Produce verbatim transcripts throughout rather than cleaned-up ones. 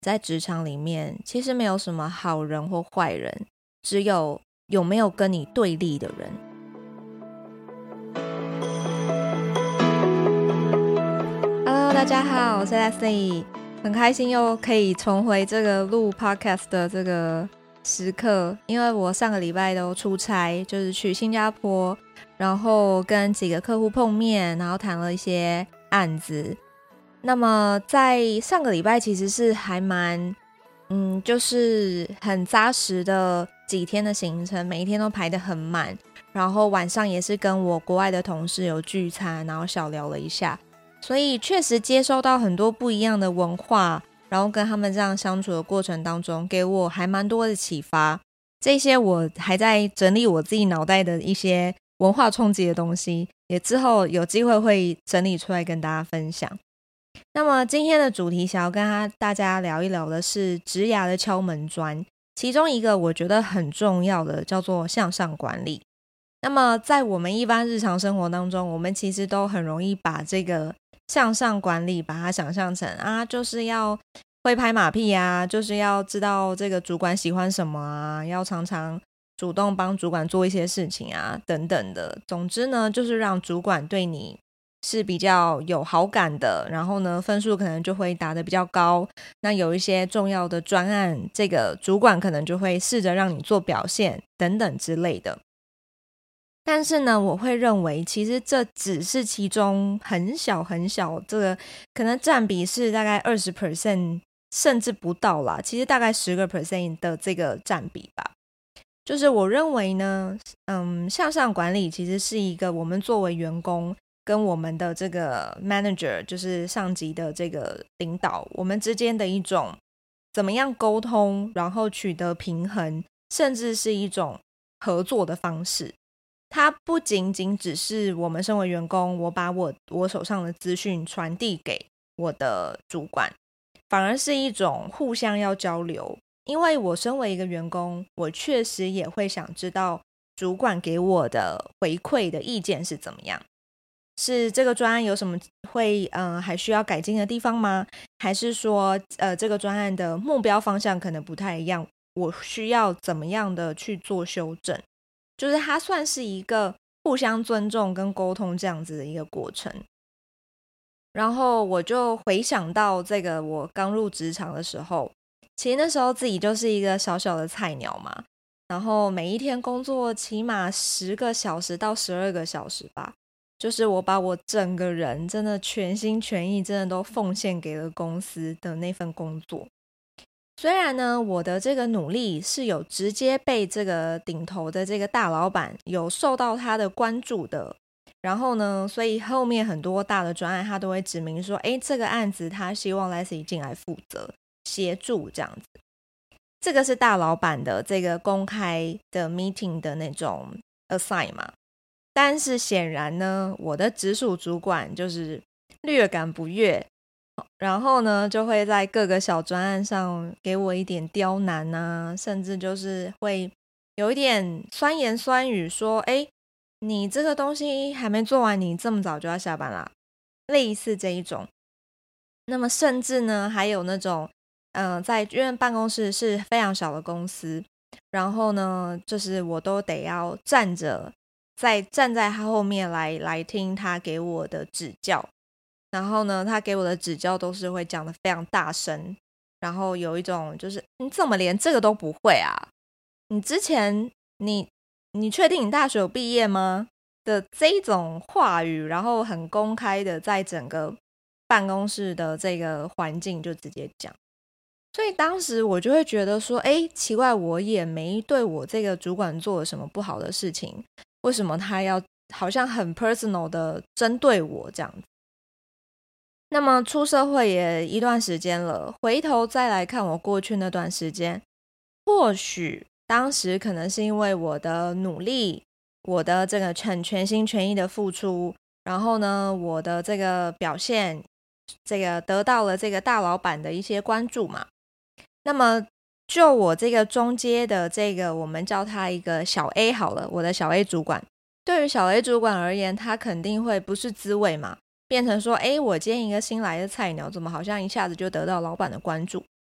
在职场里面其实没有什么好人或坏人，只有有没有跟你对立的人。Hello， 大家好，我是 Leslie， 很开心又可以重回这个录 podcast 的这个时刻，因为我上个礼拜都出差，就是去新加坡，然后跟几个客户碰面，然后谈了一些案子。那么在上个礼拜其实是还蛮嗯，就是很扎实的几天的行程，每一天都排得很满，然后晚上也是跟我国外的同事有聚餐，然后小聊了一下，所以确实接收到很多不一样的文化，然后跟他们这样相处的过程当中，给我还蛮多的启发。这些我还在整理我自己脑袋的一些文化冲击的东西，也之后有机会会整理出来跟大家分享。那么今天的主题想要跟大家聊一聊的是职涯的敲门砖，其中一个我觉得很重要的叫做向上管理。那么在我们一般日常生活当中，我们其实都很容易把这个向上管理把它想象成啊，就是要会拍马屁啊，就是要知道这个主管喜欢什么啊，要常常主动帮主管做一些事情啊等等的。总之呢，就是让主管对你是比较有好感的，然后呢分数可能就会打得比较高，那有一些重要的专案，这个主管可能就会试着让你做表现等等之类的。但是呢，我会认为其实这只是其中很小很小，这个可能占比是大概 百分之二十 甚至不到啦，其实大概 百分之十 的这个占比吧。就是我认为呢，嗯，向上管理其实是一个我们作为员工跟我们的这个 manager， 就是上级的这个领导，我们之间的一种怎么样沟通，然后取得平衡，甚至是一种合作的方式。它不仅仅只是我们身为员工，我把我我手上的资讯传递给我的主管，反而是一种互相要交流。因为我身为一个员工，我确实也会想知道主管给我的回馈的意见是怎么样，是这个专案有什么会呃还需要改进的地方吗？还是说呃这个专案的目标方向可能不太一样，我需要怎么样的去做修正？就是它算是一个互相尊重跟沟通这样子的一个过程。然后我就回想到这个我刚入职场的时候，其实那时候自己就是一个小小的菜鸟嘛，然后每一天工作起码十个小时到十二个小时吧，就是我把我整个人真的全心全意真的都奉献给了公司的那份工作。虽然呢我的这个努力是有直接被这个顶头的这个大老板有受到他的关注的，然后呢所以后面很多大的专案他都会指明说，诶，这个案子他希望 Leslie 进来负责协助这样子。这个是大老板的这个公开的 meeting 的那种 assign 嘛。但是显然呢我的直属主管就是略感不悦，然后呢就会在各个小专案上给我一点刁难啊，甚至就是会有一点酸言酸语说，诶，你这个东西还没做完，你这么早就要下班啦，类似这一种。那么甚至呢还有那种呃，在因为办公室是非常小的公司，然后呢就是我都得要站着在站在他后面来来听他给我的指教，然后呢他给我的指教都是会讲得非常大声，然后有一种就是你怎么连这个都不会啊，你之前你你确定你大学有毕业吗的这一种话语，然后很公开的在整个办公室的这个环境就直接讲。所以当时我就会觉得说，诶，奇怪，我也没对我这个主管做了什么不好的事情，为什么他要好像很 personal 的针对我这样子。那么出社会也一段时间了，回头再来看我过去那段时间，或许当时可能是因为我的努力，我的这个全全心全意的付出，然后呢我的这个表现，这个得到了这个大老板的一些关注嘛。那么就我这个中阶的这个我们叫他一个小 A 好了，我的小 A 主管，对于小 A 主管而言，他肯定会不是滋味嘛，变成说，诶，我今天一个新来的菜鸟怎么好像一下子就得到老板的关注，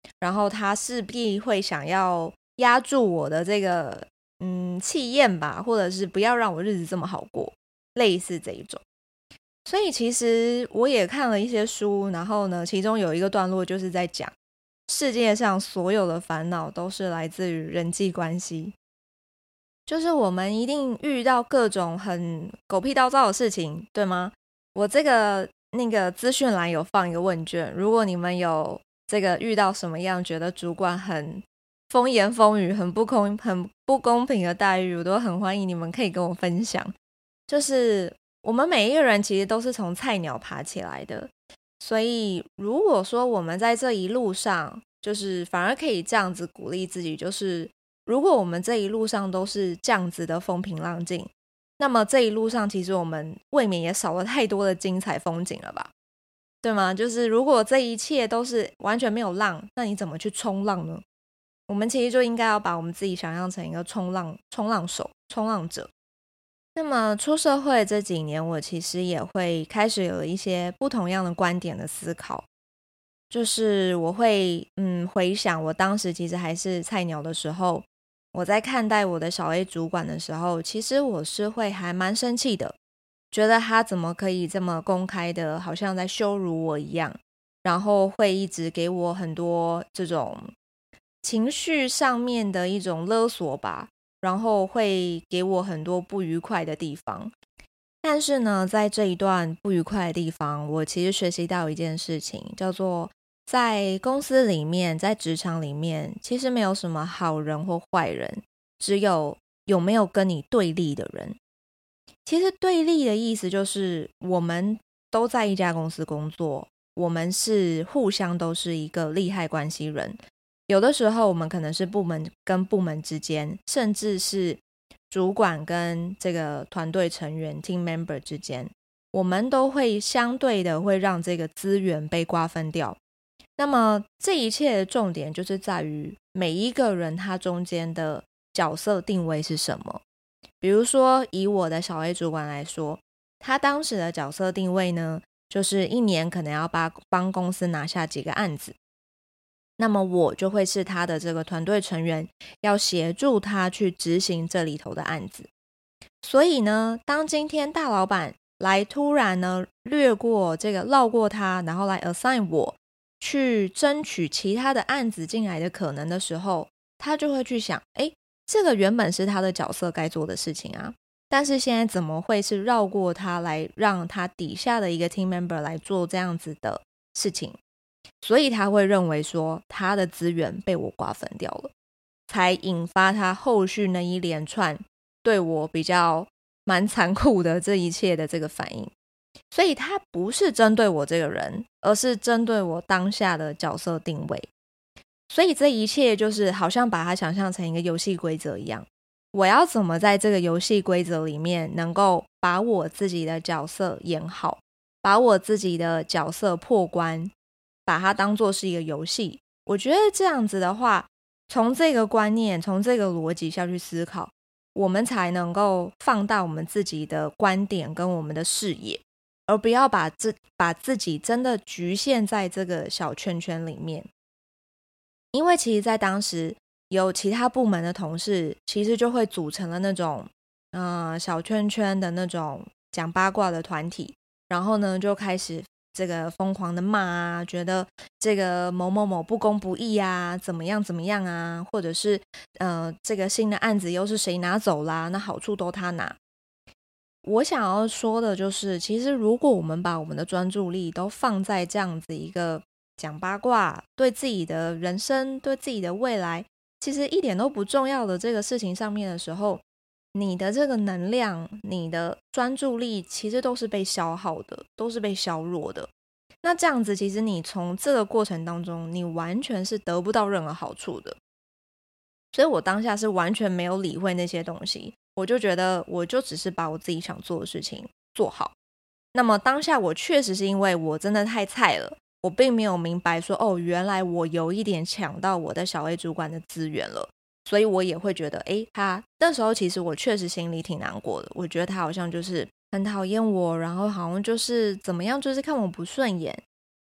然后他势必会想要压住我的这个嗯气焰吧，或者是不要让我日子这么好过，类似这一种。所以其实我也看了一些书，然后呢其中有一个段落就是在讲世界上所有的烦恼都是来自于人际关系，就是我们一定遇到各种很狗屁倒灶的事情，对吗？我这个那个资讯栏有放一个问卷，如果你们有这个遇到什么样觉得主管很风言风语、很不公很不公平的待遇，我都很欢迎你们可以跟我分享。就是我们每一个人其实都是从菜鸟爬起来的，所以如果说我们在这一路上，就是反而可以这样子鼓励自己，就是如果我们这一路上都是这样子的风平浪静，那么这一路上其实我们未免也少了太多的精彩风景了吧，对吗？就是如果这一切都是完全没有浪，那你怎么去冲浪呢？我们其实就应该要把我们自己想象成一个冲浪冲浪手、冲浪者。那么出社会这几年，我其实也会开始有一些不同样的观点的思考，就是我会嗯回想我当时其实还是菜鸟的时候，我在看待我的小 A 主管的时候，其实我是会还蛮生气的，觉得他怎么可以这么公开的好像在羞辱我一样，然后会一直给我很多这种情绪上面的一种勒索吧，然后会给我很多不愉快的地方。但是呢，在这一段不愉快的地方，我其实学习到一件事情，叫做在公司里面，在职场里面，其实没有什么好人或坏人，只有有没有跟你对立的人。其实对立的意思就是我们都在一家公司工作，我们是互相都是一个利害关系人，有的时候我们可能是部门跟部门之间，甚至是主管跟这个团队成员 team member 之间，我们都会相对的会让这个资源被瓜分掉。那么这一切的重点就是在于每一个人他中间的角色定位是什么。比如说以我的小 A 主管来说，他当时的角色定位呢，就是一年可能要帮帮公司拿下几个案子，那么我就会是他的这个团队成员，要协助他去执行这里头的案子。所以呢，当今天大老板来突然呢略过这个绕过他，然后来 assign 我去争取其他的案子进来的可能的时候，他就会去想，诶，这个原本是他的角色该做的事情啊，但是现在怎么会是绕过他来让他底下的一个 team member 来做这样子的事情，所以他会认为说他的资源被我瓜分掉了，才引发他后续那一连串对我比较蛮残酷的这一切的这个反应。所以他不是针对我这个人，而是针对我当下的角色定位。所以这一切就是好像把它想象成一个游戏规则一样，我要怎么在这个游戏规则里面能够把我自己的角色演好，把我自己的角色破关，把它当作是一个游戏。我觉得这样子的话，从这个观念，从这个逻辑下去思考，我们才能够放大我们自己的观点跟我们的视野，而不要把自把自己真的局限在这个小圈圈里面。因为其实在当时有其他部门的同事，其实就会组成了那种呃小圈圈的那种讲八卦的团体，然后呢就开始这个疯狂的骂啊，觉得这个某某某不公不义啊，怎么样怎么样啊，或者是呃这个新的案子又是谁拿走啦，那好处都他拿。我想要说的就是，其实如果我们把我们的专注力都放在这样子一个讲八卦，对自己的人生，对自己的未来其实一点都不重要的这个事情上面的时候，你的这个能量，你的专注力其实都是被消耗的，都是被削弱的。那这样子其实你从这个过程当中，你完全是得不到任何好处的。所以我当下是完全没有理会那些东西，我就觉得我就只是把我自己想做的事情做好。那么当下我确实是因为我真的太菜了，我并没有明白说，哦，原来我有一点抢到我的小 A 主管的资源了，所以我也会觉得，诶，他那时候其实我确实心里挺难过的，我觉得他好像就是很讨厌我，然后好像就是怎么样，就是看我不顺眼。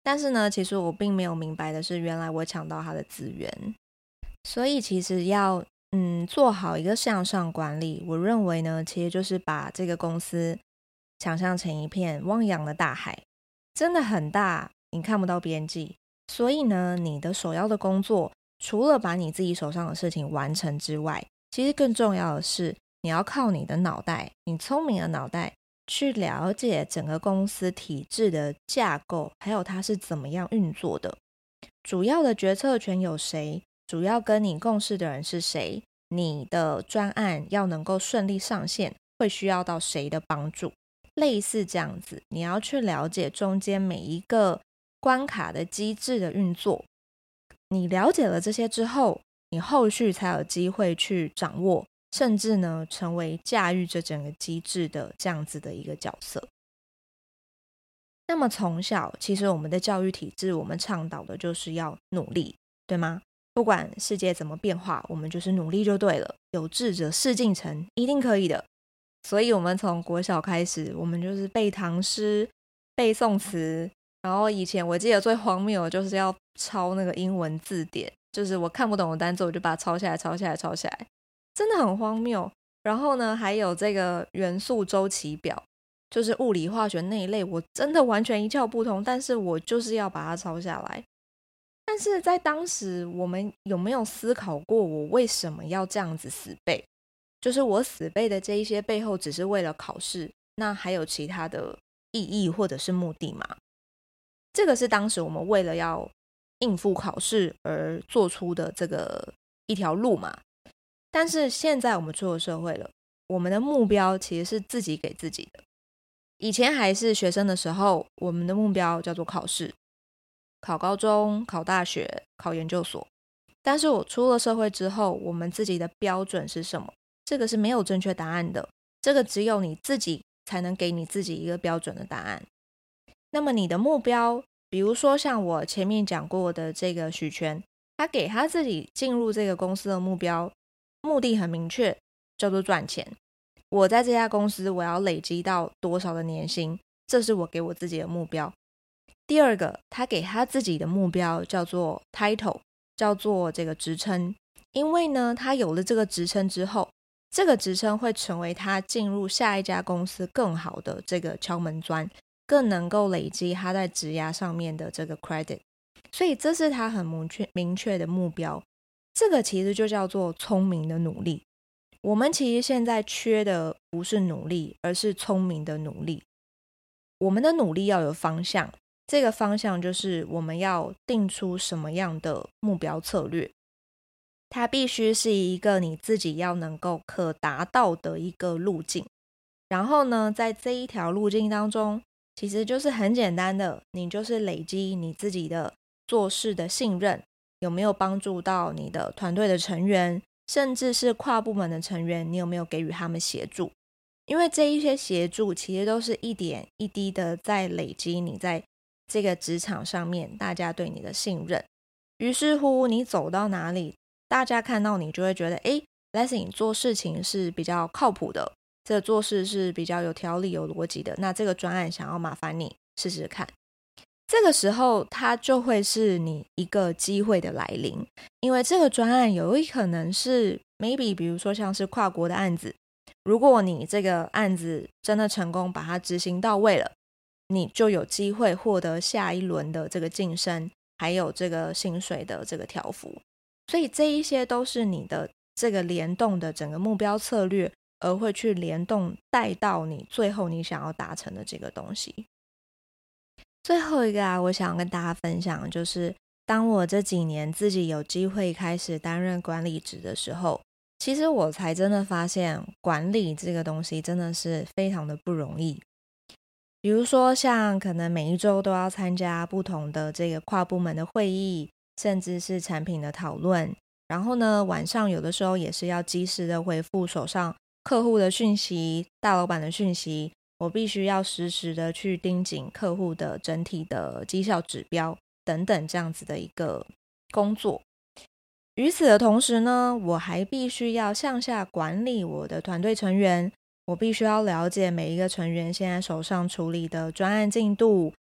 但是呢，其实我并没有明白的是，原来我抢到他的资源。所以其实要嗯做好一个向上管理，我认为呢，其实就是把这个公司想象成一片汪洋的大海，真的很大，你看不到边际。所以呢，你的首要的工作，除了把你自己手上的事情完成之外，其实更重要的是，你要靠你的脑袋，你聪明的脑袋，去了解整个公司体制的架构，还有它是怎么样运作的。主要的决策权有谁？主要跟你共事的人是谁？你的专案要能够顺利上线，会需要到谁的帮助？类似这样子，你要去了解中间每一个关卡的机制的运作。你了解了这些之后，你后续才有机会去掌握，甚至呢，成为驾驭这整个机制的这样子的一个角色。那么从小，其实我们的教育体制，我们倡导的就是要努力，对吗？不管世界怎么变化，我们就是努力就对了。有志者事竟成，一定可以的。所以我们从国小开始，我们就是背唐诗、背宋词，然后以前我记得最荒谬的就是要抄那个英文字典，就是我看不懂的单词，我就把它抄下来、抄下来、抄下来，真的很荒谬。然后呢，还有这个元素周期表，就是物理化学那一类，我真的完全一窍不通，但是我就是要把它抄下来。但是在当时，我们有没有思考过，我为什么要这样子死背？就是我死背的这一些背后，只是为了考试，那还有其他的意义或者是目的吗？这个是当时我们为了要应付考试而做出的这个一条路嘛。但是现在我们出了社会了，我们的目标其实是自己给自己的。以前还是学生的时候，我们的目标叫做考试，考高中、考大学、考研究所。但是我出了社会之后，我们自己的标准是什么？这个是没有正确答案的，这个只有你自己才能给你自己一个标准的答案。那么你的目标，比如说像我前面讲过的这个许权，他给他自己进入这个公司的目标，目的很明确，叫做赚钱。我在这家公司我要累积到多少的年薪，这是我给我自己的目标。第二个，他给他自己的目标叫做 title， 叫做这个职称。因为呢，他有了这个职称之后，这个职称会成为他进入下一家公司更好的这个敲门砖，更能够累积他在职涯上面的这个 credit。 所以这是他很明确明确的目标。这个其实就叫做聪明的努力。我们其实现在缺的不是努力，而是聪明的努力。我们的努力要有方向，这个方向就是我们要定出什么样的目标策略，它必须是一个你自己要能够可达到的一个路径。然后呢，在这一条路径当中，其实就是很简单的，你就是累积你自己的做事的信任，有没有帮助到你的团队的成员，甚至是跨部门的成员，你有没有给予他们协助？因为这一些协助其实都是一点一滴的在累积你在这个职场上面大家对你的信任。于是乎你走到哪里，大家看到你就会觉得，诶 Leslie 你做事情是比较靠谱的，这个做事是比较有条理有逻辑的，那这个专案想要麻烦你试试看。这个时候它就会是你一个机会的来临，因为这个专案有可能是 maybe 比如说像是跨国的案子，如果你这个案子真的成功把它执行到位了，你就有机会获得下一轮的这个晋升，还有这个薪水的这个调幅。所以这一些都是你的这个联动的整个目标策略，而会去联动带到你最后你想要达成的这个东西。最后一个啊，我想要跟大家分享，就是当我这几年自己有机会开始担任管理职的时候，其实我才真的发现管理这个东西真的是非常的不容易。比如说像可能每一周都要参加不同的这个跨部门的会议，甚至是产品的讨论，然后呢晚上有的时候也是要及时的回复手上客户的讯息、大老板的讯息，我必须要实时的去盯紧客户的整体的绩效指标等等这样子的一个工作。与此的同时呢，我还必须要向下管理我的团队成员，我必须要了解每一个成员现在手上处理的专案进度，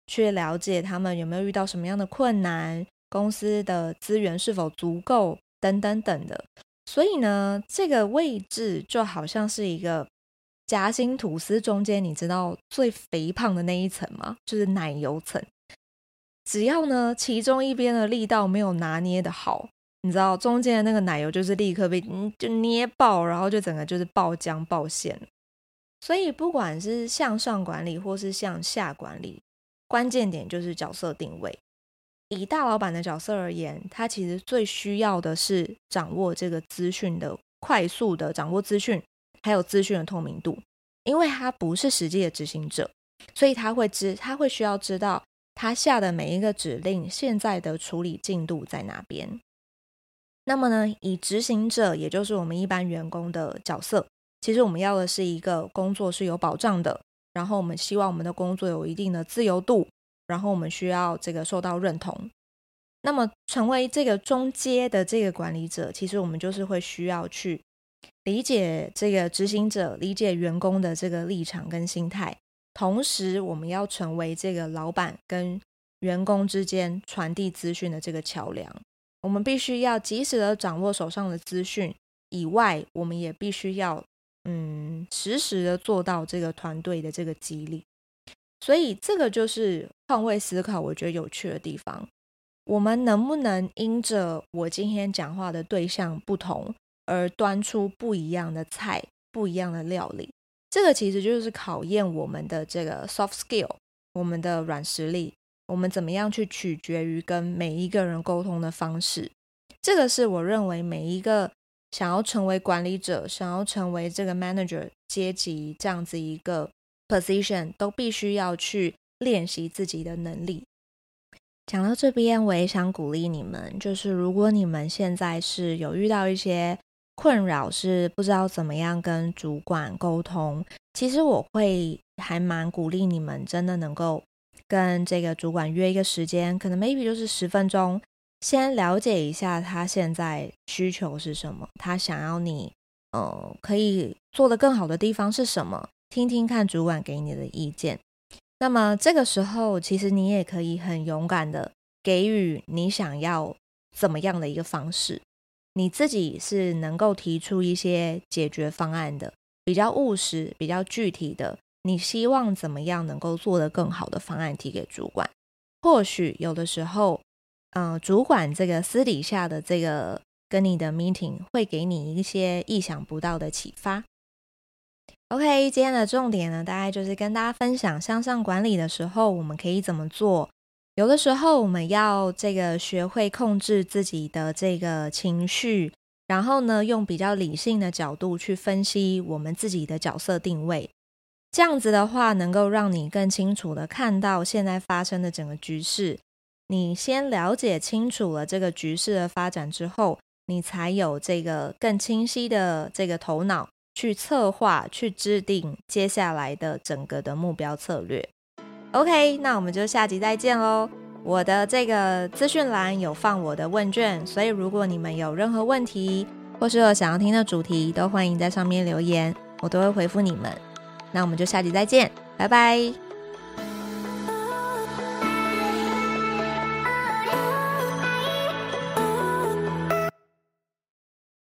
去了解他们有没有遇到什么样的困难，公司的资源是否足够等等等的。所以呢，这个位置就好像是一个夹心吐司中间，你知道最肥胖的那一层吗？就是奶油层。只要呢其中一边的力道没有拿捏的好，你知道中间的那个奶油就是立刻被、嗯、就捏爆，然后就整个就是爆浆爆馅。所以不管是向上管理或是向下管理，关键点就是角色定位。以大老板的角色而言，他其实最需要的是掌握这个资讯的快速的掌握资讯，还有资讯的透明度。因为他不是实际的执行者，所以他会知他会需要知道他下的每一个指令现在的处理进度在哪边。那么呢，以执行者也就是我们一般员工的角色，其实我们要的是一个工作是有保障的，然后我们希望我们的工作有一定的自由度，然后我们需要这个受到认同。那么成为这个中阶的这个管理者，其实我们就是会需要去理解这个执行者，理解员工的这个立场跟心态，同时我们要成为这个老板跟员工之间传递资讯的这个桥梁。我们必须要及时的掌握手上的资讯以外，我们也必须要嗯实时的做到这个团队的这个激励。所以这个就是换位思考我觉得有趣的地方。我们能不能因着我今天讲话的对象不同，而端出不一样的菜，不一样的料理？这个其实就是考验我们的这个 soft skill， 我们的软实力，我们怎么样去取决于跟每一个人沟通的方式。这个是我认为每一个想要成为管理者，想要成为这个 manager 阶级这样子一个 position 都必须要去练习自己的能力。讲到这边，我也想鼓励你们，就是如果你们现在是有遇到一些困扰，是不知道怎么样跟主管沟通，其实我会还蛮鼓励你们真的能够跟这个主管约一个时间，可能 maybe 就是十分钟，先了解一下他现在需求是什么，他想要你呃可以做得更好的地方是什么，听听看主管给你的意见。那么这个时候其实你也可以很勇敢的给予你想要怎么样的一个方式，你自己是能够提出一些解决方案的，比较务实比较具体的，你希望怎么样能够做得更好的方案提给主管。或许有的时候呃，主管这个私底下的这个跟你的 meeting 会给你一些意想不到的启发。OK， 今天的重点呢，大概就是跟大家分享向上管理的时候我们可以怎么做。有的时候我们要这个学会控制自己的这个情绪，然后呢用比较理性的角度去分析我们自己的角色定位，这样子的话能够让你更清楚的看到现在发生的整个局势。你先了解清楚了这个局势的发展之后，你才有这个更清晰的这个头脑去策划去制定接下来的整个的目标策略。 OK， 那我们就下集再见咯。我的这个资讯栏有放我的问卷，所以如果你们有任何问题或是有想要听的主题，都欢迎在上面留言，我都会回复你们。那我们就下集再见，拜拜。